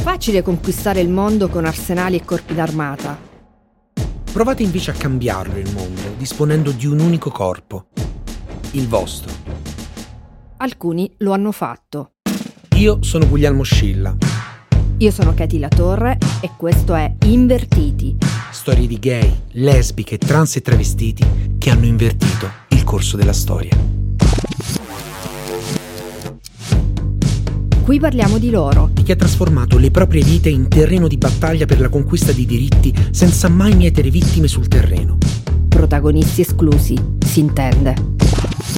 facile conquistare il mondo con arsenali e corpi d'armata. Provate invece a cambiarlo il mondo, disponendo di un unico corpo, il vostro. Alcuni lo hanno fatto. Io sono Guglielmo Scilla. Io sono Katy Latorre e questo è Invertiti. Storie di gay, lesbiche, trans e travestiti che hanno invertito il corso della storia. Qui parliamo di loro. Di chi ha trasformato le proprie vite in terreno di battaglia per la conquista di diritti senza mai mietere vittime sul terreno. Protagonisti esclusi, si intende.